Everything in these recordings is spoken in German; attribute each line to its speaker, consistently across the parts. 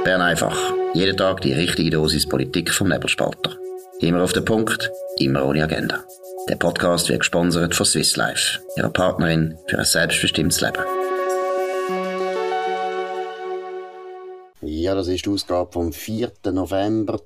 Speaker 1: Bern einfach. Jeden Tag die richtige Dosis Politik vom Nebelspalter. Immer auf den Punkt, immer ohne Agenda. Der Podcast wird gesponsert von Swiss Life, ihrer Partnerin für ein selbstbestimmtes Leben. Ja, das ist die Ausgabe vom 4. November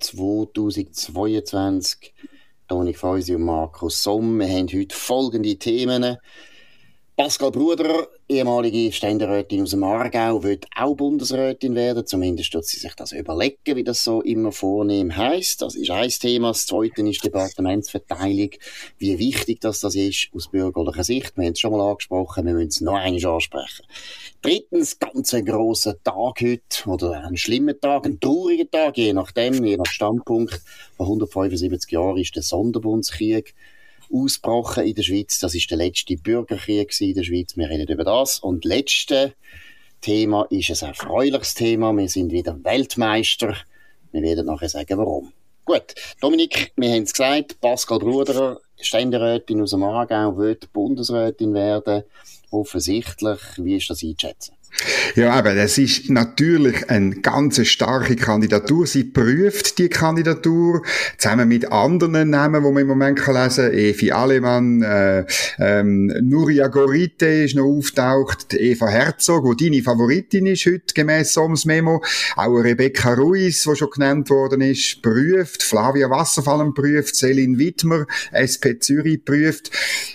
Speaker 1: 2022. Dominik Feusi und Markus Somm. Wir haben heute folgende Themen. Pascal Bruder, ehemalige Ständerätin aus dem Aargau, will auch Bundesrätin werden. Zumindest tut sie sich das überlegen, wie das so immer vornehm heisst. Das ist ein Thema. Das zweite ist die Departementsverteilung. Wie wichtig das ist aus bürgerlicher Sicht. Wir haben es schon mal angesprochen, wir müssen es noch einmal ansprechen. Drittens, ganz ein grosser Tag heute, oder ein schlimmer Tag, ein trauriger Tag, je nach Standpunkt. Vor 175 Jahren ist der Sonderbundskrieg ausgebrochen in der Schweiz. Das ist der letzte Bürgerkrieg in der Schweiz. Wir reden über das. Und das letzte Thema ist ein erfreuliches Thema. Wir sind wieder Weltmeister. Wir werden nachher sagen, warum. Gut, Dominik, wir haben es gesagt, Pascal Bruder, Ständerätin aus dem Aargau, will Bundesrätin werden. Offensichtlich. Wie ist das einzuschätzen?
Speaker 2: Ja, aber das ist natürlich eine ganz starke Kandidatur. Sie prüft die Kandidatur zusammen mit anderen Namen, die man im Moment lesen kann. Evi Allemann, Nuria Gorite ist noch auftaucht, Eva Herzog, die deine Favoritin ist heute, gemäss Soms Memo. Auch Rebecca Ruiz, die schon genannt worden ist, prüft. Flavia Wasserfallen prüft. Celine Wittmer, SP Zürich prüft.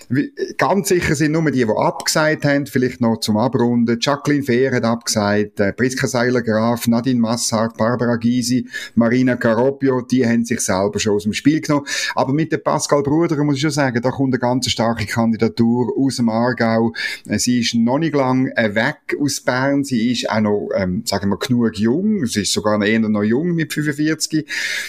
Speaker 2: Ganz sicher sind nur die abgesagt haben, vielleicht noch zum Abrunden. Jacqueline Fehr hat abgesagt, Priska Seiler-Graf, Nadine Massart, Barbara Gysi, Marina Caropio, die haben sich selber schon aus dem Spiel genommen. Aber mit der Pascal Bruder muss ich schon sagen, da kommt eine ganz starke Kandidatur aus dem Aargau. Sie ist noch nicht lang weg aus Bern. Sie ist auch noch, sagen wir, genug jung. Sie ist sogar eher noch jung mit 45.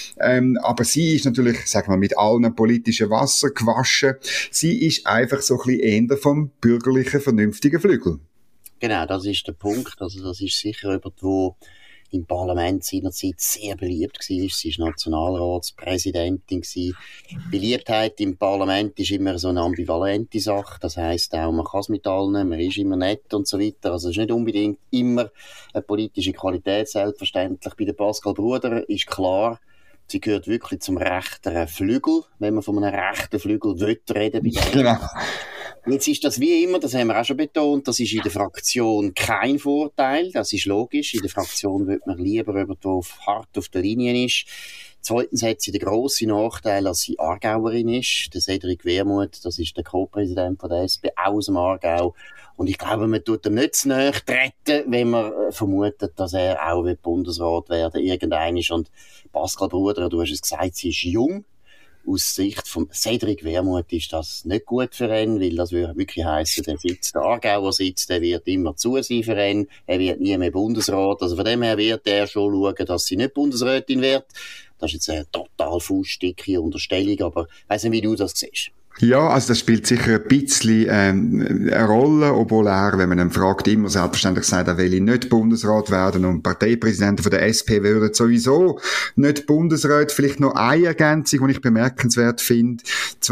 Speaker 2: Aber sie ist natürlich, sagen wir, mit allen politischen Wasser gewaschen. Sie ist einfach so ein bisschen eher vom bürgerlichen, vernünftigen Flügel.
Speaker 1: Genau, das ist der Punkt. Also das ist sicher jemand, der im Parlament seinerzeit sehr beliebt war. Sie war Nationalratspräsidentin. Beliebtheit im Parlament ist immer so eine ambivalente Sache. Das heisst auch, man kann es mit allen, man ist immer nett und so weiter. Also es ist nicht unbedingt immer eine politische Qualität, selbstverständlich. Bei der Pascal Bruder ist klar, sie gehört wirklich zum rechten Flügel, wenn man von einem rechten Flügel reden will. Genau. Jetzt ist das wie immer, das haben wir auch schon betont, das ist in der Fraktion kein Vorteil, das ist logisch. In der Fraktion wird man lieber jemand, der hart auf der Linie ist. Zweitens hat sie den grossen Nachteil, dass sie Aargauerin ist. Der Cédric Wermuth, das ist der Co-Präsident von der SP, aus dem Aargau. Und ich glaube, man tut ihm nicht zu nahe treten, wenn man vermutet, dass er auch Bundesrat werden irgendein ist. Und Pascal Bruder, du hast es gesagt, sie ist jung. Aus Sicht von Cédric Wermuth ist das nicht gut für ihn, weil das würde wirklich heissen, der Aargauer Sitz, der wird immer zu sein für ihn, er wird nie mehr Bundesrat, also von dem her wird er schon schauen, dass sie nicht Bundesrätin wird. Das ist jetzt eine total faustdicke Unterstellung, aber ich weiss nicht, wie du das siehst.
Speaker 2: Ja, also das spielt sicher ein bisschen eine Rolle, obwohl er, wenn man ihn fragt, immer selbstverständlich sagt, er will nicht Bundesrat werden und Parteipräsidenten von der SP würden sowieso nicht Bundesrat. Vielleicht noch eine Ergänzung, die ich bemerkenswert finde.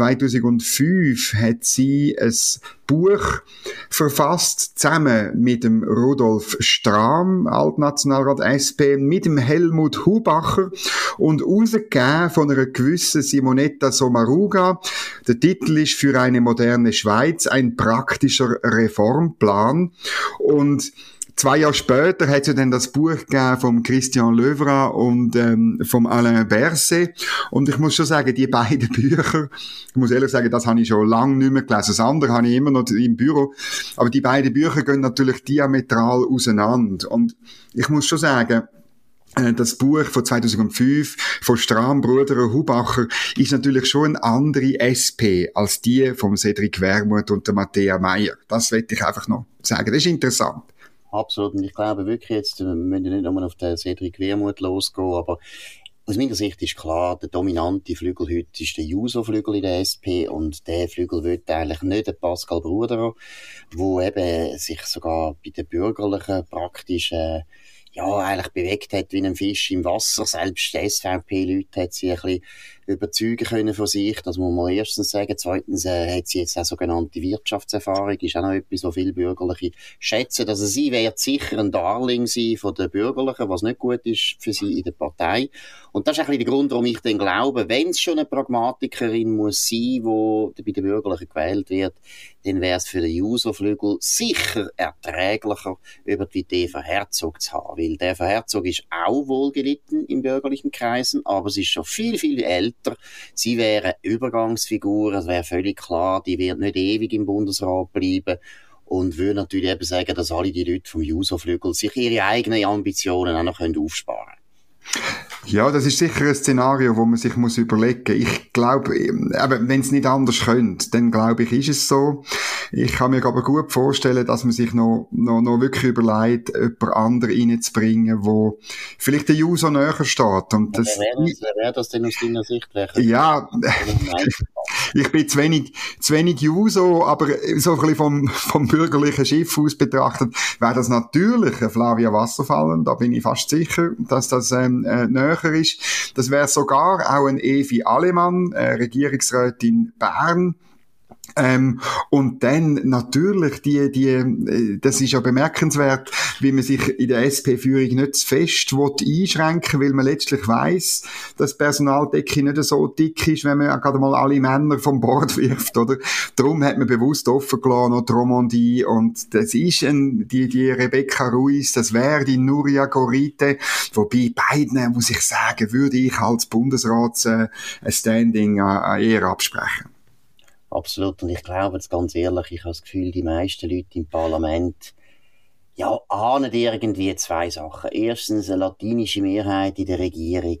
Speaker 2: 2005 hat sie ein Buch verfasst, zusammen mit dem Rudolf Strahm, Altnationalrat SP, mit dem Helmut Hubacher und rausgegeben von einer gewissen Simonetta Sommaruga. Der Titel ist «Für eine moderne Schweiz, ein praktischer Reformplan». Und 2 Jahre später hat es dann das Buch gegeben vom Christian Löwra und vom Alain Berset. Und ich muss schon sagen, die beiden Bücher, ich muss ehrlich sagen, das habe ich schon lange nicht mehr gelesen. Das andere habe ich immer noch im Büro. Aber die beiden Bücher gehen natürlich diametral auseinander. Und ich muss schon sagen, das Buch von 2005 von Strahm, Bruder Hubacher ist natürlich schon eine andere SP als die vom Cédric Wermuth und der Matthäa Meier. Das will ich einfach noch sagen. Das ist interessant.
Speaker 1: Absolut. Und ich glaube wirklich jetzt, wir müssen nicht nur auf den Cédric Wermuth losgehen, aber aus meiner Sicht ist klar, der dominante Flügel heute ist der Juso-Flügel in der SP und der Flügel will eigentlich nicht der Pascal Bruder, wo eben sich sogar bei den Bürgerlichen praktisch eigentlich bewegt hat wie ein Fisch im Wasser. Selbst die SVP-Leute hat sie ein bisschen überzeugen können von sich. Das muss man erstens sagen. Zweitens hat sie jetzt auch sogenannte Wirtschaftserfahrung. Ist auch noch etwas, was viele Bürgerliche schätzen. Also sie wird sicher ein Darling sein von den Bürgerlichen, was nicht gut ist für sie in der Partei. Und das ist ein bisschen der Grund, warum ich dann glaube, wenn es schon eine Pragmatikerin muss sein, die bei den Bürgerlichen gewählt wird, dann wäre es für den Juso-Flügel sicher erträglicher, über die Eva Herzog zu haben. Weil der Eva Herzog ist auch wohlgelitten in bürgerlichen Kreisen, aber sie ist schon viel, viel älter. Sie wäre eine Übergangsfigur, es wäre völlig klar, die wird nicht ewig im Bundesrat bleiben. Und würde natürlich eben sagen, dass alle die Leute vom Juso-Flügel sich ihre eigenen Ambitionen auch noch aufsparen können.
Speaker 2: Ja, das ist sicher ein Szenario, wo man sich muss überlegen. Ich glaube, wenn es nicht anders könnte, dann glaube ich, ist es so. Ich kann mir aber gut vorstellen, dass man sich noch wirklich überlegt, jemand anderen reinzubringen, wo vielleicht der User näher steht. Und das,
Speaker 1: wer wäre das denn aus deiner Sicht?
Speaker 2: Ja, ich bin zu wenig Juso, aber so ein bisschen vom bürgerlichen Schiff aus betrachtet, wäre das natürlich Flavia Wasserfall, und da bin ich fast sicher, dass das näher ist. Das wäre sogar auch ein Evi Allemann, Regierungsrätin Bern. Und dann natürlich das ist ja bemerkenswert, wie man sich in der SP-Führung nicht zu fest einschränken will, weil man letztlich weiss, dass die Personaldecke nicht so dick ist, wenn man gerade mal alle Männer vom Bord wirft, oder? Darum hat man bewusst offen gelassen, noch die Romandie, und das ist die Rebecca Ruiz, das wäre die Nuria Gorrite, wobei beiden, muss ich sagen, würde ich als Bundesrats ein Standing eher absprechen.
Speaker 1: Absolut. Und ich glaube jetzt ganz ehrlich, ich habe das Gefühl, die meisten Leute im Parlament, ja, ahnen irgendwie zwei Sachen. Erstens, eine latinische Mehrheit in der Regierung.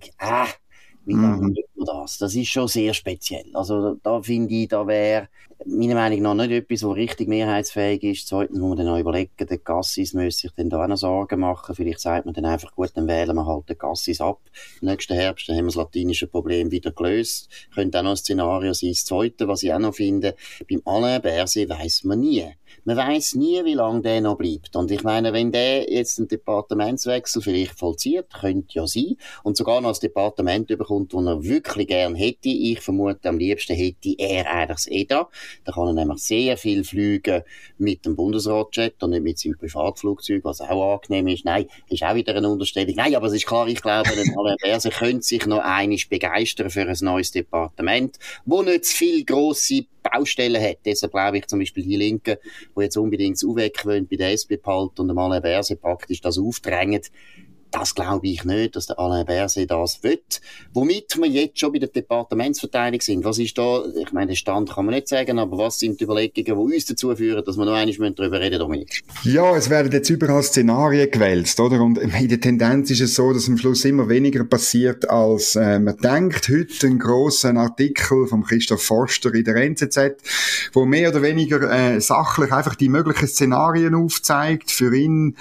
Speaker 1: Wie lange macht man das? Das ist schon sehr speziell. Also, da finde ich, da wäre meiner Meinung nach nicht etwas, was richtig mehrheitsfähig ist. Zweitens muss man dann auch überlegen, der Gassis müsste sich dann da auch noch Sorgen machen. Vielleicht sagt man dann einfach, gut, dann wählen wir halt den Gassis ab. Im nächsten Herbst, dann haben wir das latinische Problem wieder gelöst. Könnte auch noch ein Szenario sein. Das Zweite, was ich auch noch finde, beim Alain Berset weiss man nie. Man weiss nie, wie lange der noch bleibt. Und ich meine, wenn der jetzt einen Departementswechsel vielleicht vollzieht, könnte ja sein, und sogar noch ein Departement bekommt, das er wirklich gern hätte, ich vermute, am liebsten hätte er eigentlich das EDA. Da kann er nämlich sehr viel fliegen mit dem Bundesratjet und nicht mit seinem Privatflugzeug, was auch angenehm ist. Nein, ist auch wieder eine Unterstellung. Nein, aber es ist klar, ich glaube, Alain Berset könnte sich noch einiges begeistern für ein neues Departement, wo nicht zu viele grosse Baustellen hat. Deshalb glaube ich zum Beispiel die Linken, die jetzt unbedingt das UVEC wollen, bei der SP behalten und dem Alain Berset praktisch das aufdrängen. Das glaube ich nicht, dass der Alain Berset das will. Womit wir jetzt schon bei der Departementsverteilung sind. Was ist da, ich meine, den Stand kann man nicht sagen, aber was sind die Überlegungen, die uns dazu führen, dass wir noch einmal darüber reden, Dominik?
Speaker 2: Ja, es werden jetzt überall Szenarien gewälzt, oder? Und in der Tendenz ist es so, dass am Schluss immer weniger passiert, als man denkt. Heute ein grosser Artikel von Christoph Forster in der NZZ, wo mehr oder weniger sachlich einfach die möglichen Szenarien aufzeigt. Für ihn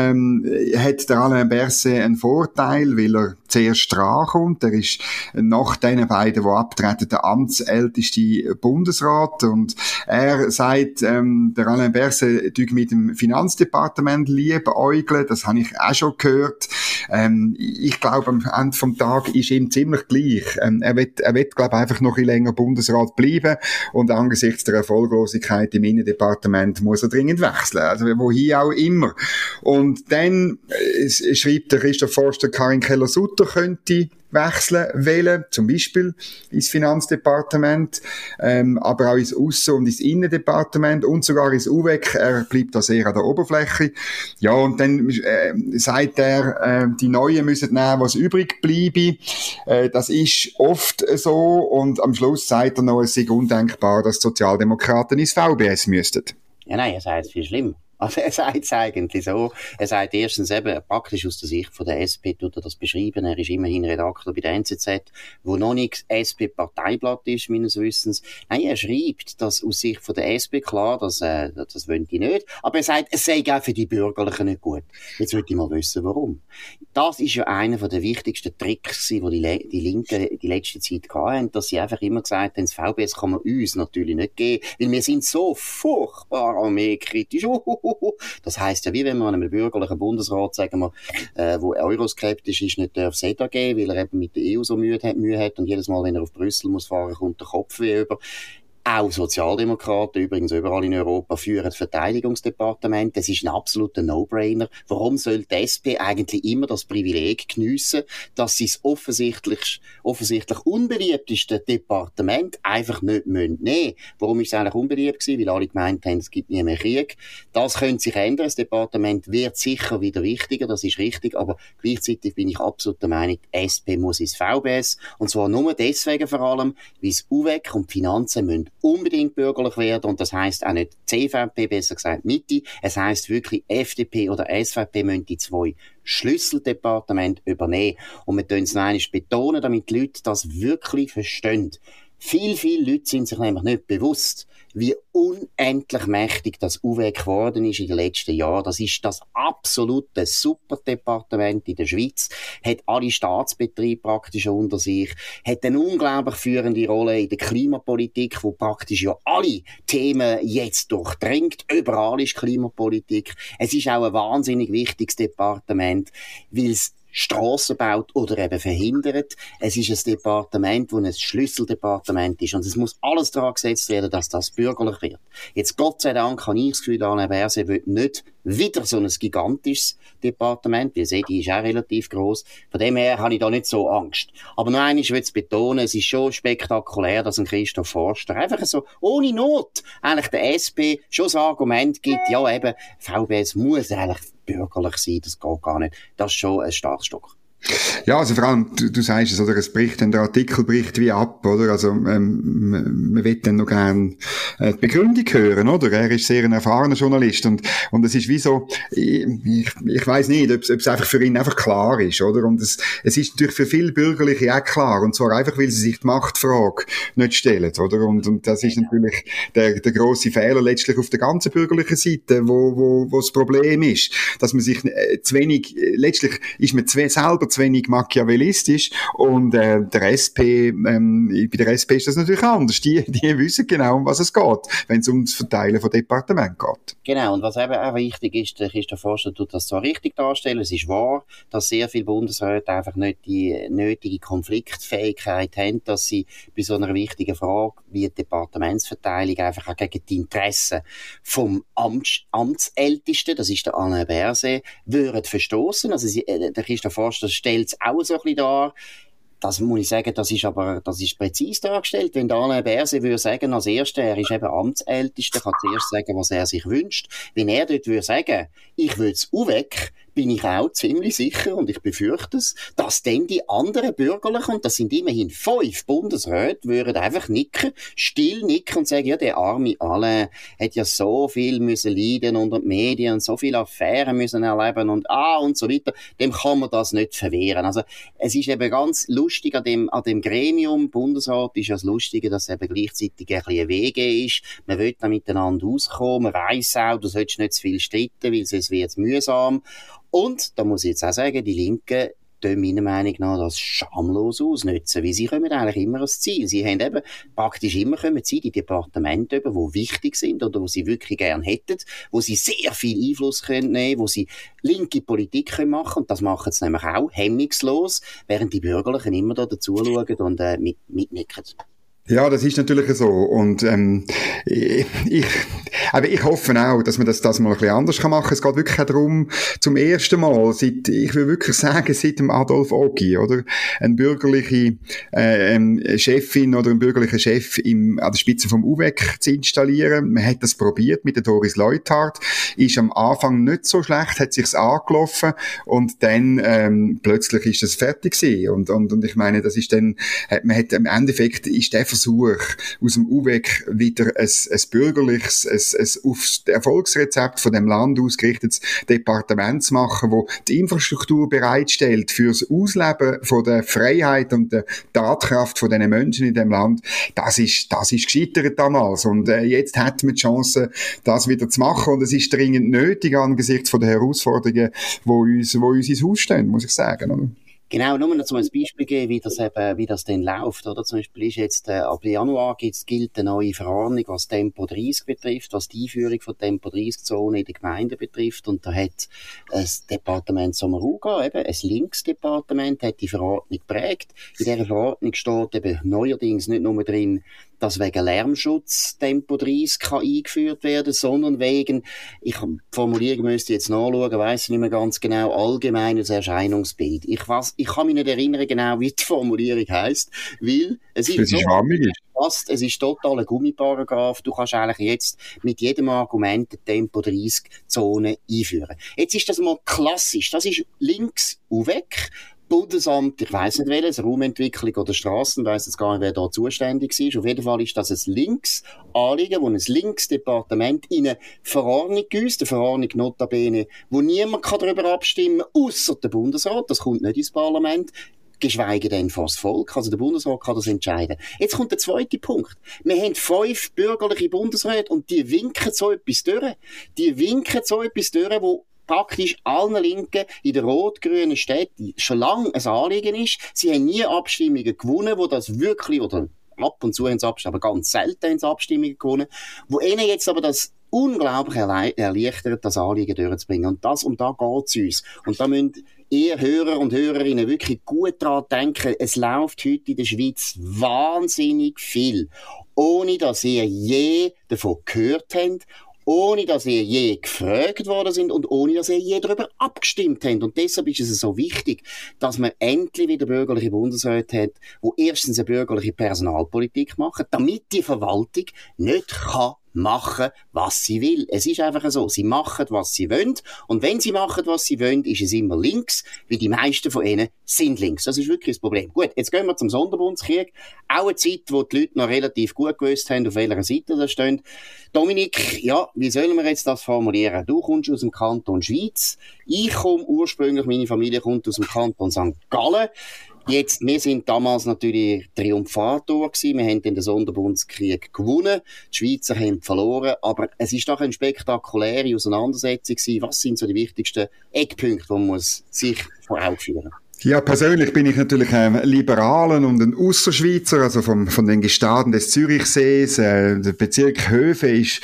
Speaker 2: hat der Alain Berset einen Vorteil, weil er zuerst drankommt. Er ist nach den beiden, die abtreten, der amtsälteste Bundesrat. Und er sagt, der Alain Berset mit dem Finanzdepartement liebäugeln. Das habe ich auch schon gehört. Ich glaube, am Ende vom Tag ist ihm ziemlich gleich. Er wird, glaube ich, einfach noch ein länger Bundesrat bleiben. Und angesichts der Erfolglosigkeit im Innendepartement muss er dringend wechseln. Also, wohin auch immer. Und dann schreibt der Christoph Forster, Karin Keller-Sutter könnte wechseln, wählen, zum Beispiel ins Finanzdepartement, aber auch ins Aussen- und ins Innendepartement und sogar ins UVEC. Er bleibt da sehr an der Oberfläche. Ja, und dann sagt er, die Neuen müssen nehmen, was übrig bleibe. Das ist oft so, und am Schluss sagt er noch, es sei undenkbar, dass die Sozialdemokraten ins VBS müssten.
Speaker 1: Ja, nein, er sagt es viel schlimmer. Also er sagt es eigentlich so. Er sagt erstens eben, praktisch aus der Sicht von der SP tut er das beschreiben. Er ist immerhin Redakteur bei der NZZ, wo noch nicht SP-Parteiblatt ist, meines Wissens. Nein, er schreibt, dass aus Sicht von der SP klar, das wollen die nicht. Aber er sagt, es sei auch für die Bürgerlichen nicht gut. Jetzt würde ich mal wissen, warum. Das ist ja einer der wichtigsten Tricks, die die Linken die letzte Zeit hatten, dass sie einfach immer gesagt haben, das VBS kann man uns natürlich nicht geben, weil wir sind so furchtbar armeekritisch. Das heisst ja, wie wenn man einem bürgerlichen Bundesrat, sagen wir, wo euroskeptisch ist, nicht darf SETA geben, weil er eben mit der EU so Mühe hat und jedes Mal, wenn er auf Brüssel muss fahren, kommt der Kopf wie über. Auch Sozialdemokraten, übrigens überall in Europa, führen Verteidigungsdepartement. Das ist ein absoluter No-Brainer. Warum soll die SP eigentlich immer das Privileg geniessen, dass sie das offensichtlich unbeliebteste Departement einfach nicht nehmen müssen? Warum ist es eigentlich unbeliebt gewesen? Weil alle gemeint haben, es gibt nie mehr Krieg. Das könnte sich ändern. Das Departement wird sicher wieder wichtiger, das ist richtig, aber gleichzeitig bin ich absolut der Meinung, die SP muss ins VBS. Und zwar nur deswegen vor allem, weil das UVEK und die Finanzen müssen unbedingt bürgerlich werden und das heisst auch nicht CVP, besser gesagt Mitte. Es heisst wirklich FDP oder SVP müssen die 2 Schlüsseldepartemente übernehmen. Und wir tun es noch einmal betonen, damit die Leute das wirklich verstehen. Viele Leute sind sich nämlich nicht bewusst, wie unendlich mächtig das UVEK geworden ist in den letzten Jahren. Das ist das absolute Superdepartement in der Schweiz, hat alle Staatsbetriebe praktisch unter sich, hat eine unglaublich führende Rolle in der Klimapolitik, wo praktisch ja alle Themen jetzt durchdringt. Überall ist Klimapolitik. Es ist auch ein wahnsinnig wichtiges Departement, weil es Strassen baut oder eben verhindert. Es ist ein Departement, das ein Schlüsseldepartement ist. Und es muss alles daran gesetzt werden, dass das bürgerlich wird. Jetzt, Gott sei Dank, habe ich das Gefühl, Alain Berset will nicht wieder so ein gigantisches Departement, weil die ist auch relativ gross. Von dem her habe ich da nicht so Angst. Aber noch einmal will ich betonen, es ist schon spektakulär, dass ein Christoph Forster einfach so ohne Not eigentlich der SP schon das Argument gibt, ja eben, VBS muss eigentlich bürgerlich sein, das geht gar nicht. Das ist schon ein Staatsstück.
Speaker 2: Ja, also vor allem, du sagst es, oder, der Artikel bricht wie ab, oder, also, man will dann noch gerne die Begründung hören, oder, er ist sehr ein erfahrener Journalist und es ist wie so, ich weiss nicht, ob es einfach für ihn einfach klar ist, oder, und es ist natürlich für viele Bürgerliche auch klar, und zwar einfach, weil sie sich die Machtfrage nicht stellen, oder, und das ist natürlich der grosse Fehler letztlich auf der ganzen bürgerlichen Seite, wo das Problem ist, dass man sich zu wenig, letztlich ist man selber zu wenig machiavellistisch und bei der SP ist das natürlich anders. Die wissen genau, um was es geht, wenn es um das Verteilen von Departementen geht.
Speaker 1: Genau, und was eben auch wichtig ist, der Christoph Forster tut das so richtig darstellen. Es ist wahr, dass sehr viele Bundesräte einfach nicht die nötige Konfliktfähigkeit haben, dass sie bei so einer wichtigen Frage wie die Departementsverteilung einfach auch gegen die Interessen vom Amtsältesten, das ist der Alain Berset, würden verstoßen. Also der Christoph Forster stellt es auch so ein bisschen dar. Das muss ich sagen, das ist präzise dargestellt. Wenn Alain Berset würde sagen, als Erster, er ist eben Amtsältester, kann zuerst sagen, was er sich wünscht. Wenn er dort würde sagen, ich will es weg, bin ich auch ziemlich sicher, und ich befürchte es, dass dann die anderen Bürgerlichen, und das sind immerhin 5 Bundesräte, würden einfach nicken, still nicken und sagen, ja, der arme Alain hat ja so viel müssen leiden unter die Medien und so viele Affären müssen erleben und so weiter, dem kann man das nicht verwehren. Also, es ist eben ganz lustig an dem Gremium, Bundesrat ist ja das Lustige, dass es eben gleichzeitig ein bisschen ein WG ist. Man will da miteinander auskommen, man weiss auch, du solltest nicht zu viel streiten, weil sonst wird es mühsam. Und, da muss ich jetzt auch sagen, die Linken tun meiner Meinung nach das schamlos ausnutzen, weil sie kommen eigentlich immer ans Ziel. Sie haben eben praktisch immer kommen sie die Departemente über, die wichtig sind oder wo sie wirklich gern hätten, wo sie sehr viel Einfluss können nehmen, wo sie linke Politik können machen, und das machen sie nämlich auch hemmungslos, während die Bürgerlichen immer da dazu schauen und mitnicken.
Speaker 2: Ja, das ist natürlich so. Und aber ich hoffe auch, dass man das mal ein bisschen anders machen kann. Es geht wirklich auch darum, zum ersten Mal, ich will wirklich sagen, seit dem Adolf Ogi, oder? Eine bürgerliche Chefin oder ein bürgerlicher Chef an der Spitze vom UVEK zu installieren. Man hat das probiert mit der Doris Leuthard. Ist am Anfang nicht so schlecht, hat sich's angelaufen und dann plötzlich ist das fertig gewesen. Und ich meine, das ist dann, man hat im Endeffekt ist der Versuch, aus dem UVEK wieder ein bürgerliches, ein auf das Erfolgsrezept von dem Land ausgerichtetes Departement zu machen, wo die Infrastruktur bereitstellt fürs Ausleben von der Freiheit und der Tatkraft von den Menschen in dem Land. Das ist gescheitert damals. Und jetzt hat man die Chance, das wieder zu machen. Und es ist dringend nötig angesichts von den Herausforderungen, wo uns ins Haus stehen, muss ich sagen, oder?
Speaker 1: Genau, nur noch zum ein Beispiel geben, wie das denn läuft, oder? Zum Beispiel ist jetzt, ab Januar gilt eine neue Verordnung, was Tempo 30 betrifft, was die Einführung von Tempo 30-Zonen in den Gemeinden betrifft. Und da hat das Departement Sommaruga, eben, ein Linksdepartement, hat die Verordnung geprägt. In dieser Verordnung steht eben neuerdings nicht nur drin, dass wegen Lärmschutz Tempo 30 kann eingeführt werden, sondern wegen, die Formulierung müsste ich jetzt nachschauen, weiss ich nicht mehr ganz genau, allgemeines Erscheinungsbild. Ich kann mich nicht erinnern genau, wie die Formulierung heisst, weil es ist fast, es ist total ein Gummiparagraph. Du kannst eigentlich jetzt mit jedem Argument eine Tempo 30 Zone einführen. Jetzt ist das mal klassisch. Das ist links und weg. Bundesamt, ich weiss nicht welches, Raumentwicklung oder Strassen, weiss jetzt gar nicht, wer da zuständig ist. Auf jeden Fall ist das ein Linksanliegen, wo ein Linksdepartement in eine Verordnung gießt, eine Verordnung notabene, wo niemand darüber abstimmen kann, ausser der Bundesrat. Das kommt nicht ins Parlament, geschweige denn vor das Volk. Also der Bundesrat kann das entscheiden. Jetzt kommt der zweite Punkt. Wir haben 5 bürgerliche Bundesräte und die winken so etwas durch. Wo praktisch allen Linken in der rot-grünen Stadt schon lange ein Anliegen ist. Sie haben nie Abstimmungen gewonnen, wo das wirklich, oder ab und zu haben sie Abstimmungen, aber ganz selten haben sie Abstimmungen gewonnen, wo ihnen jetzt aber das unglaublich erleichtert, das Anliegen durchzubringen. Und da geht's uns. Und da müssen ihr Hörer und Hörerinnen wirklich gut daran denken, es läuft heute in der Schweiz wahnsinnig viel, ohne dass ihr je davon gehört habt, ohne dass ihr je gefragt worden sind und ohne dass ihr je darüber abgestimmt habt. Und deshalb ist es so wichtig, dass man endlich wieder bürgerliche Bundesräte hat, die erstens eine bürgerliche Personalpolitik machen, damit die Verwaltung nicht machen, was sie will. Es ist einfach so. Sie machen, was sie wollen. Und wenn sie machen, was sie wollen, ist es immer links, weil die meisten von ihnen sind links. Das ist wirklich das Problem. Gut, jetzt gehen wir zum Sonderbundskrieg. Auch eine Zeit, wo die Leute noch relativ gut gewusst haben, auf welcher Seite das steht. Dominik, ja, wie sollen wir jetzt das formulieren? Du kommst aus dem Kanton Schweiz. Ich komme ursprünglich, meine Familie kommt aus dem Kanton St. Gallen. Jetzt, wir sind damals natürlich Triumphator gewesen. Wir haben den Sonderbundskrieg gewonnen. Die Schweizer haben verloren. Aber es ist doch eine spektakuläre Auseinandersetzung gewesen. Was sind so die wichtigsten Eckpunkte, die man sich vor Augen führen muss?
Speaker 2: Ja, persönlich bin ich natürlich ein Liberalen und ein Ausserschweizer, also von den Gestaden des Zürichsees. Der Bezirk Höfe ist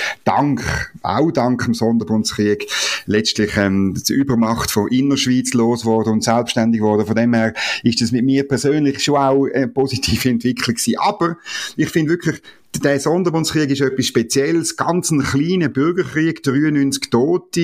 Speaker 2: auch dank dem Sonderbundskrieg letztlich die Übermacht von Innerschweiz losgeworden und selbstständig geworden. Von dem her ist das mit mir persönlich schon auch eine positive Entwicklung gewesen. Aber ich finde wirklich, der Sonderbundskrieg ist etwas Spezielles, ganz ein kleiner Bürgerkrieg, 93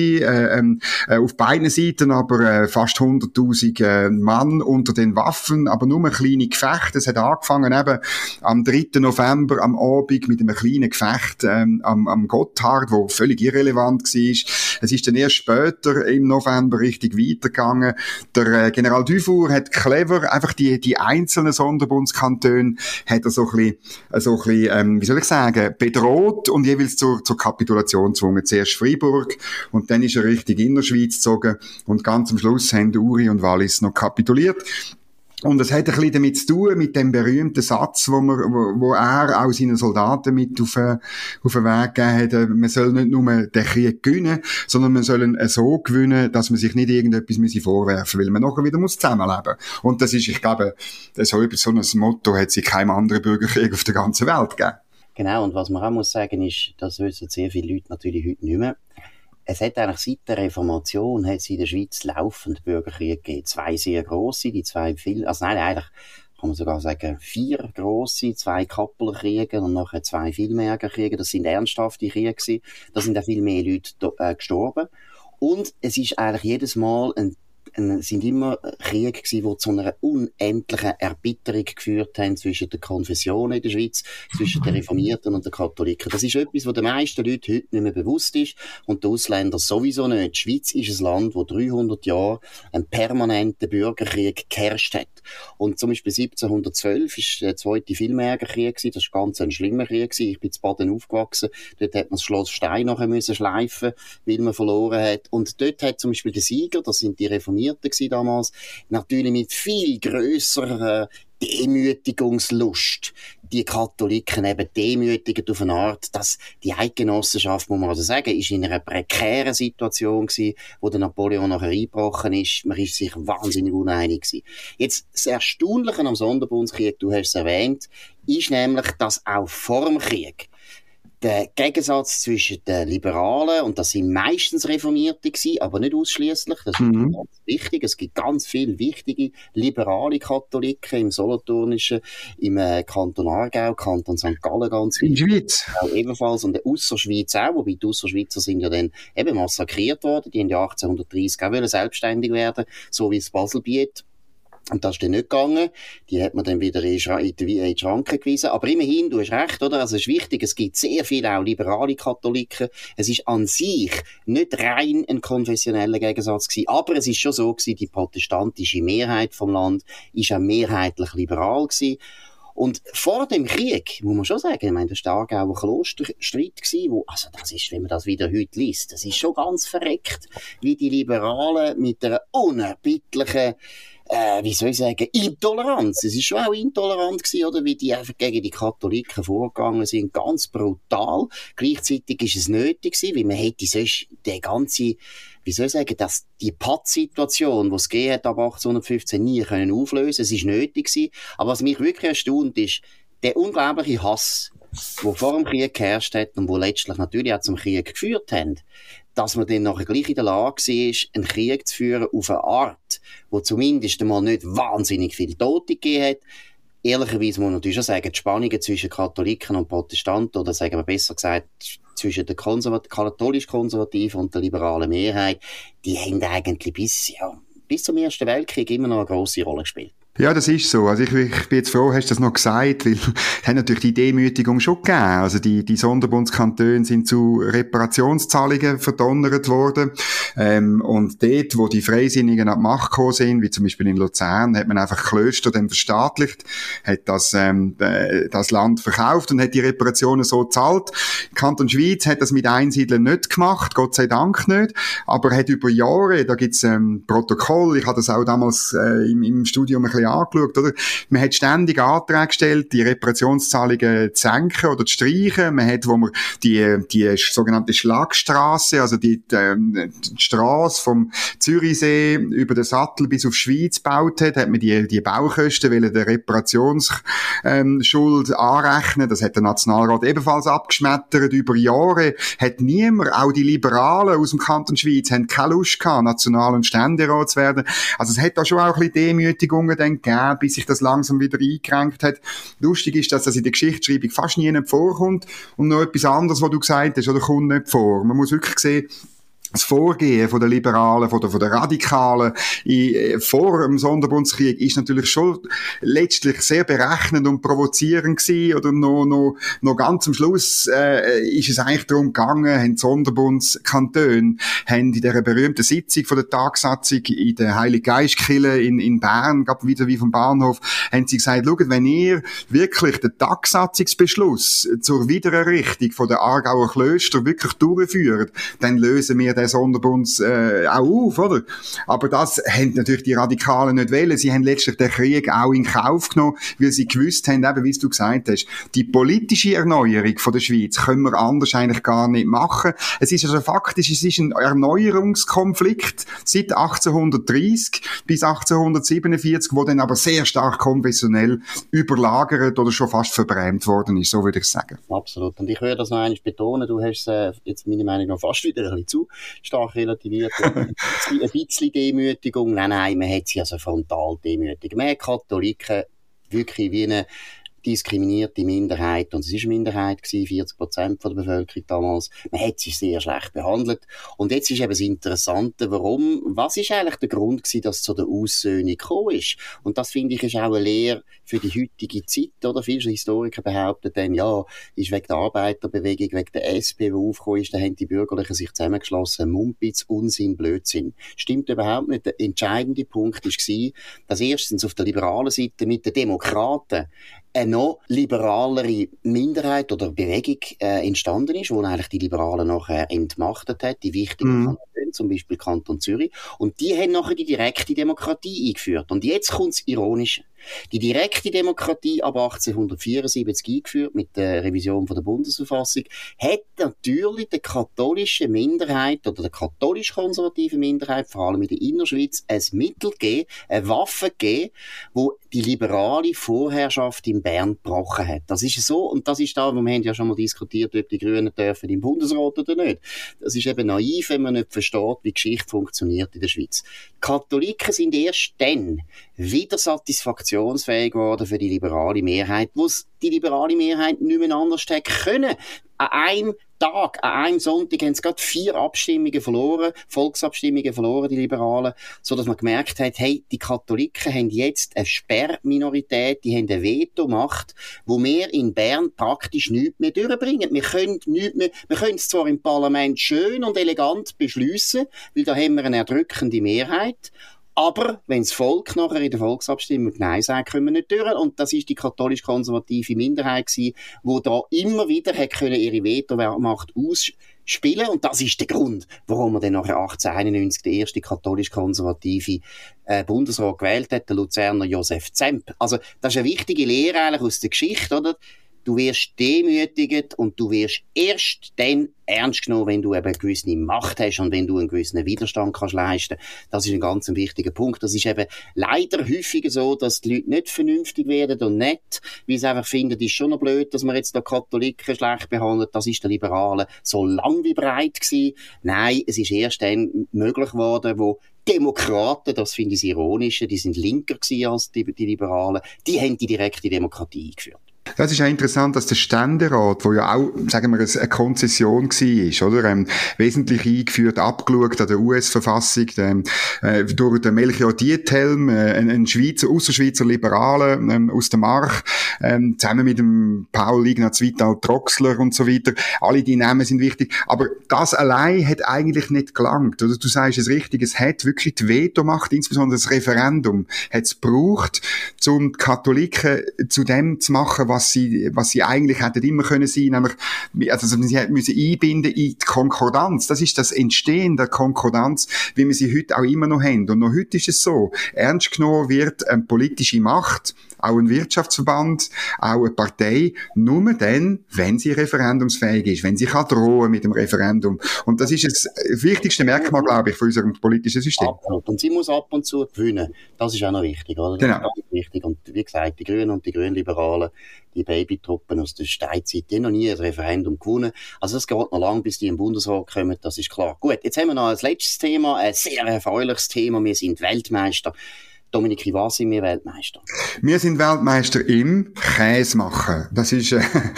Speaker 2: Tote, auf beiden Seiten aber fast 100'000 Mann unter den Waffen, aber nur ein kleines Gefecht. Es hat angefangen eben am 3. November am Abend mit einem kleinen Gefecht am Gotthard, wo völlig irrelevant war. Es ist dann erst später im November richtig weitergegangen. Der General Dufour hat clever einfach die einzelnen Sonderbundskantone hat er so ein bisschen wie soll ich sagen, bedroht und jeweils zur Kapitulation gezwungen. Zuerst Freiburg und dann ist er Richtung Innerschweiz gezogen und ganz am Schluss haben Uri und Wallis noch kapituliert. Und das hat ein bisschen damit zu tun, mit dem berühmten Satz, wo er auch seinen Soldaten mit auf den Weg gegeben hat, man soll nicht nur den Krieg gewinnen, sondern man soll ihn so gewinnen, dass man sich nicht irgendetwas vorwerfen muss, weil man nachher wieder zusammenleben muss. Und das ist, ich glaube, so ein Motto hat es in keinem anderen Bürgerkrieg auf der ganzen Welt gegeben.
Speaker 1: Genau, und was man auch muss sagen ist, das wissen sehr viele Leute natürlich heute nicht mehr. Es hat eigentlich seit der Reformation hat es in der Schweiz laufend Bürgerkriege gegeben. 2 sehr grosse, eigentlich kann man sogar sagen 4 grosse, 2 Kappelkriege und nachher 2 Vilmergerkriege. Das sind ernsthafte Kriege gewesen. Da sind auch viel mehr Leute gestorben. Und es ist eigentlich jedes Mal sind immer Kriege gewesen, die zu einer unendlichen Erbitterung geführt haben zwischen den Konfessionen in der Schweiz, zwischen den Reformierten und den Katholiken. Das ist etwas, was den meisten Leuten heute nicht mehr bewusst ist und den Ausländern sowieso nicht. Die Schweiz ist ein Land, wo 300 Jahre einen permanenten Bürgerkrieg geherrscht hat. Und zum Beispiel 1712 ist der zweite Vilmergerkrieg gewesen. Das war ganz ein schlimmer Krieg gewesen. Ich bin in Baden aufgewachsen. Dort hat man das Schloss Stein nachher müssen schleifen, weil man verloren hat. Und dort hat zum Beispiel der Sieger, das sind die Reformierten damals, natürlich mit viel grösserer Demütigungslust die Katholiken eben demütigen auf eine Art, dass die Eidgenossenschaft, muss man also sagen, ist in einer prekären Situation gewesen, wo der Napoleon nachher eingebrochen ist. Man ist sich wahnsinnig uneinig gewesen. Jetzt, das Erstaunliche am Sonderbundskrieg, du hast es erwähnt, ist nämlich, dass auch vor dem Krieg der Gegensatz zwischen den Liberalen, und das sind meistens Reformierte gewesen, aber nicht ausschließlich, das ist ganz wichtig, es gibt ganz viele wichtige liberale Katholiken im Solothurnischen, im Kanton Aargau, Kanton St. Gallen ganz
Speaker 2: in der Schweiz.
Speaker 1: Auch ebenfalls, und in der Ausserschweiz auch, wobei die Ausserschweizer sind ja dann eben massakriert worden, die haben ja 1830 auch wollen selbstständig werden, so wie das Baselbiet. Und das ist dann nicht gegangen. Die hat man dann wieder in die Schranken gewiesen. Aber immerhin, du hast recht, oder? Also es ist wichtig, es gibt sehr viele auch liberale Katholiken. Es ist an sich nicht rein ein konfessioneller Gegensatz gewesen. Aber es ist schon so gewesen, die protestantische Mehrheit vom Land ist auch mehrheitlich liberal gewesen. Und vor dem Krieg, muss man schon sagen, ich meine, der Aargauer Klosterstreit gewesen, wo, also das ist, wenn man das wieder heute liest, das ist schon ganz verreckt, wie die Liberalen mit einer unerbittlichen wie soll ich sagen, Intoleranz. Es ist schon auch intolerant gewesen, oder? Wie die einfach gegen die Katholiken vorgegangen sind. Ganz brutal. Gleichzeitig ist es nötig gewesen, weil man hätte sonst die ganze, wie soll ich sagen, dass die Pattsituation, die es gegeben hat ab 1815, nie können auflösen. Es ist nötig gewesen. Aber was mich wirklich erstaunt ist, der unglaubliche Hass, der vor dem Krieg geherrscht hat und wo letztlich natürlich auch zum Krieg geführt hat, dass man dann nachher gleich in der Lage war, einen Krieg zu führen auf eine Art, wo zumindest einmal nicht wahnsinnig viel Tote gegeben hat. Ehrlicherweise muss man natürlich schon sagen, die Spannungen zwischen Katholiken und Protestanten, oder sagen wir besser gesagt, zwischen der katholisch-konservativen und der liberalen Mehrheit, die haben eigentlich bis zum Ersten Weltkrieg immer noch eine grosse Rolle gespielt.
Speaker 2: Ja, das ist so. Also ich bin jetzt froh, hast du das noch gesagt, weil haben natürlich die Demütigung schon gegeben. Also die Sonderbundskantone sind zu Reparationszahlungen verdonnert worden. Und dort, wo die Freisinnigen an die Macht gekommen sind, wie zum Beispiel in Luzern, hat man einfach Klöster dann verstaatlicht, hat das Land verkauft und hat die Reparationen so gezahlt. Kanton Schweiz hat das mit Einsiedeln nicht gemacht, Gott sei Dank nicht, aber hat über Jahre, da gibt's Protokoll, ich habe das auch damals im Studium ein bisschen angeschaut, oder? Man hat ständig Anträge gestellt, die Reparationszahlungen zu senken oder zu streichen. Man hat, wo man die sogenannte Schlagstrasse, also die Strasse vom Zürichsee über den Sattel bis auf die Schweiz gebaut hat man die Baukosten der Reparationsschuld anrechnen. Das hat der Nationalrat ebenfalls abgeschmettert. Über Jahre hat niemand, auch die Liberalen aus dem Kanton Schweiz, haben keine Lust gehabt, National- und Ständerat zu werden. Also es hat da schon auch ein bisschen Demütigungen dann gegeben, bis sich das langsam wieder eingekränkt hat. Lustig ist, dass das in der Geschichtsschreibung fast nie vorkommt. Und noch etwas anderes, was du gesagt hast, oder kommt nicht vor. Man muss wirklich sehen, das Vorgehen von der Liberalen, von der Radikalen vor dem Sonderbundskrieg ist natürlich schon letztlich sehr berechnend und provozierend gewesen. Oder noch ganz am Schluss ist es eigentlich darum gegangen, haben die Sonderbundskantone haben in dieser berühmten Sitzung von der Tagsatzung in der Heiliggeistkirche in Bern, gab wieder wie vom Bahnhof, haben sie gesagt, schaut, wenn ihr wirklich den Tagsatzungsbeschluss zur Wiedererrichtung von der Aargauer Klöster wirklich durchführt, dann lösen wir den Sonderbund auch auf, oder? Aber das haben natürlich die Radikalen nicht wollen. Sie haben letztlich den Krieg auch in Kauf genommen, weil sie gewusst haben, eben, wie du gesagt hast, die politische Erneuerung von der Schweiz können wir anders eigentlich gar nicht machen. Es ist also faktisch, es ist ein Erneuerungskonflikt seit 1830 bis 1847, wo dann aber sehr stark konfessionell überlagert oder schon fast verbrämt worden ist, so würde ich sagen.
Speaker 1: Absolut. Und ich würde das noch einmal betonen, du hast jetzt meiner Meinung nach fast wieder ein bisschen zu stark relativiert. Ein bisschen Demütigung. Nein, man hat sie also frontal demütigt. Man hat Katholiken wirklich wie eine diskriminierte Minderheit, und es ist eine Minderheit gewesen, 40% von der Bevölkerung damals. Man hat sie sehr schlecht behandelt. Und jetzt ist eben das Interessante, was ist eigentlich der Grund gewesen, dass es zu der Aussöhnung gekommen ist? Und das, finde ich, ist auch eine Lehre für die heutige Zeit, oder? Viele Historiker behaupten dann, ja, ist wegen der Arbeiterbewegung, wegen der SP, die aufgekommen ist, da haben die Bürgerlichen sich zusammengeschlossen. Mumpitz, Unsinn, Blödsinn. Stimmt überhaupt nicht. Der entscheidende Punkt war, dass erstens auf der liberalen Seite mit den Demokraten eine noch liberalere Minderheit oder Bewegung entstanden ist, wo eigentlich die Liberalen nachher entmachtet hat, die wichtigen Kantone, zum Beispiel Kanton Zürich. Und die haben nachher die direkte Demokratie eingeführt. Und jetzt kommt das Ironische. Die direkte Demokratie ab 1874 eingeführt mit der Revision von der Bundesverfassung, hat natürlich der katholischen Minderheit oder der katholisch-konservativen Minderheit, vor allem in der Innerschweiz, ein Mittel gegeben, eine Waffe gegeben, wo die liberale Vorherrschaft in Bern gebrochen hat. Das ist so, und das ist da, wo wir haben ja schon mal diskutiert, ob die Grünen dürfen im Bundesrat oder nicht. Das ist eben naiv, wenn man nicht versteht, wie Geschichte funktioniert in der Schweiz. Die Katholiken sind erst dann wieder satisfaktionsfähig geworden für die liberale Mehrheit, wo es die liberale Mehrheit nicht mehr anders hätte können. An einem Tag, an einem Sonntag haben sie gerade 4 Abstimmungen verloren, Volksabstimmungen verloren, die Liberalen, so dass man gemerkt hat, hey, die Katholiken haben jetzt eine Sperrminorität, die haben eine Vetomacht, wo wir in Bern praktisch nichts mehr durchbringen. Wir können es zwar im Parlament schön und elegant beschliessen, weil da haben wir eine erdrückende Mehrheit, aber wenn das Volk nachher in der Volksabstimmung Nein sagt, können wir nicht durch. Und das ist die katholisch-konservative Minderheit gewesen, die da immer wieder ihre Vetomacht ausspielen. Und das ist der Grund, warum man dann nachher 1891 den ersten katholisch-konservative Bundesrat gewählt hat, der Luzerner Josef Zemp. Also das ist eine wichtige Lehre eigentlich aus der Geschichte, oder? Du wirst demütigt und du wirst erst dann ernst genommen, wenn du eben eine gewisse Macht hast und wenn du einen gewissen Widerstand kannst leisten. Das ist ein ganz wichtiger Punkt. Das ist eben leider häufiger so, dass die Leute nicht vernünftig werden und nett, weil sie einfach finden, es ist schon noch blöd, dass man jetzt da Katholiken schlecht behandelt. Das ist der Liberalen so lang wie breit gewesen. Nein, es ist erst dann möglich geworden, wo Demokraten, das finde ich das Ironische, die sind linker gewesen als die Liberalen, die haben die direkte Demokratie eingeführt.
Speaker 2: Das ist ja interessant, dass der Ständerat, wo ja auch, sagen wir, eine Konzession war, oder? Wesentlich eingeführt, abgeschaut an der US-Verfassung, durch den Melchior Diethelm, ein Ausserschweizer Liberalen, aus der Mark, zusammen mit dem Paul Ignaz Vital Troxler und so weiter. Alle die Namen sind wichtig. Aber das allein hat eigentlich nicht gelangt, oder? Du sagst es richtig, es hat wirklich die Vetomacht, insbesondere das Referendum, hat es gebraucht, um die Katholiken zu dem zu machen, was sie eigentlich hätten immer können sein, nämlich, also sie hätten müssen einbinden in die Konkordanz. Das ist das Entstehen der Konkordanz, wie wir sie heute auch immer noch haben. Und noch heute ist es so, ernst genommen wird eine politische Macht, auch ein Wirtschaftsverband, auch eine Partei, nur dann, wenn sie referendumsfähig ist, wenn sie kann drohen mit dem Referendum. Und das ist das wichtigste Merkmal, glaube ich, von unserem politischen System.
Speaker 1: Absolut. Und sie muss ab und zu gewinnen. Das ist auch noch wichtig, oder?
Speaker 2: Genau.
Speaker 1: Das ist wichtig. Und wie gesagt, die Grünen und die Grünliberalen, die Babytruppen aus der Steinzeit, die haben noch nie ein Referendum gewonnen. Also es geht noch lang, bis die im Bundesrat kommen, das ist klar. Gut, jetzt haben wir noch als letztes Thema, ein sehr erfreuliches Thema. Wir sind Weltmeister. Dominik, was sind wir Weltmeister?
Speaker 2: Wir sind Weltmeister im Käse machen. Das ist,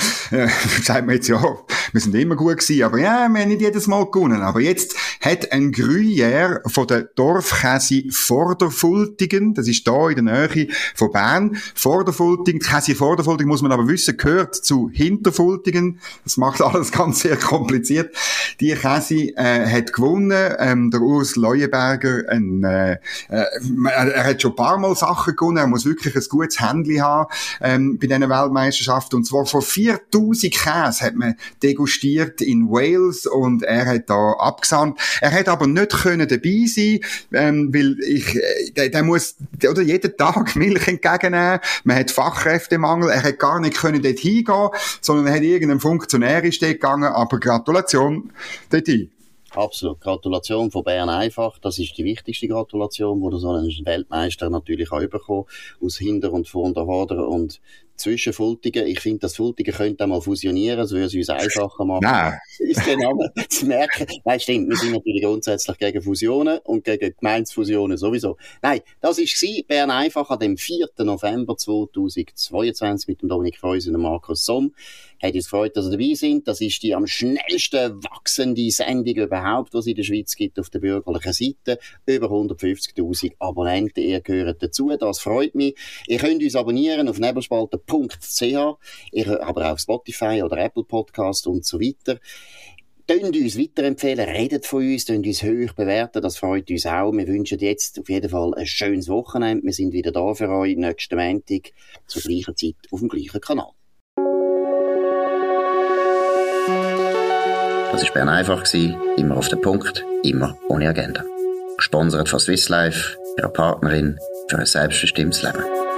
Speaker 2: sagt man jetzt, ja, wir sind immer gut gewesen, aber ja, wir haben nicht jedes Mal gewonnen. Aber jetzt hat ein Gruyère von der Dorfkäse Vorderfultigen, das ist da in der Nähe von Bern, Vorderfultigen, Käse Vorderfultigen muss man aber wissen, gehört zu Hinterfultigen. Das macht alles ganz sehr kompliziert. Die Käse hat gewonnen, der Urs Leuenberger, er hat schon ein paar Mal Sachen gewonnen, er muss wirklich ein gutes Händchen haben bei diesen Weltmeisterschaften. Und zwar von 4000 Käse hat man degustiert in Wales und er hat da abgesandt. Er hat aber nicht können dabei sein, weil der muss oder jeden Tag Milch entgegennehmen. Man hat Fachkräftemangel. Er hat gar nicht können dort hingehen, sondern er hat irgendein Funktionär ist dort gegangen. Aber Gratulation dorthin.
Speaker 1: Absolut. Gratulation von Bern einfach. Das ist die wichtigste Gratulation, wo so ein Weltmeister natürlich auch bekommen. Aus Hinter- und Vor- und Vorder- und zwischen Fultigen. Ich finde, das Fultigen könnte auch mal fusionieren, das würde es uns einfacher machen.
Speaker 2: Nein.
Speaker 1: Ist der Name zu merken. Nein, stimmt. Wir sind natürlich grundsätzlich gegen Fusionen und gegen Gemeindefusionen sowieso. Nein, das war Bern einfach an dem 4. November 2022 mit dem Dominik Freuss und dem Markus Somm. Hat uns gefreut, dass ihr dabei sind. Das ist die am schnellsten wachsende Sendung überhaupt, die es in der Schweiz gibt auf der bürgerlichen Seite. Über 150.000 Abonnenten. Ihr gehört dazu. Das freut mich. Ihr könnt uns abonnieren auf nebelspalter.ch, aber auch auf Spotify oder Apple Podcast und so weiter. Tönt uns weiterempfehlen, redet von uns, tönt uns hoch bewerten, das freut uns auch. Wir wünschen jetzt auf jeden Fall ein schönes Wochenende. Wir sind wieder da für euch nächsten Montag zur gleichen Zeit auf dem gleichen Kanal. Das war Bern einfach, immer auf den Punkt, immer ohne Agenda. Gesponsert von Swiss Life, ihrer Partnerin für ein selbstbestimmtes Leben.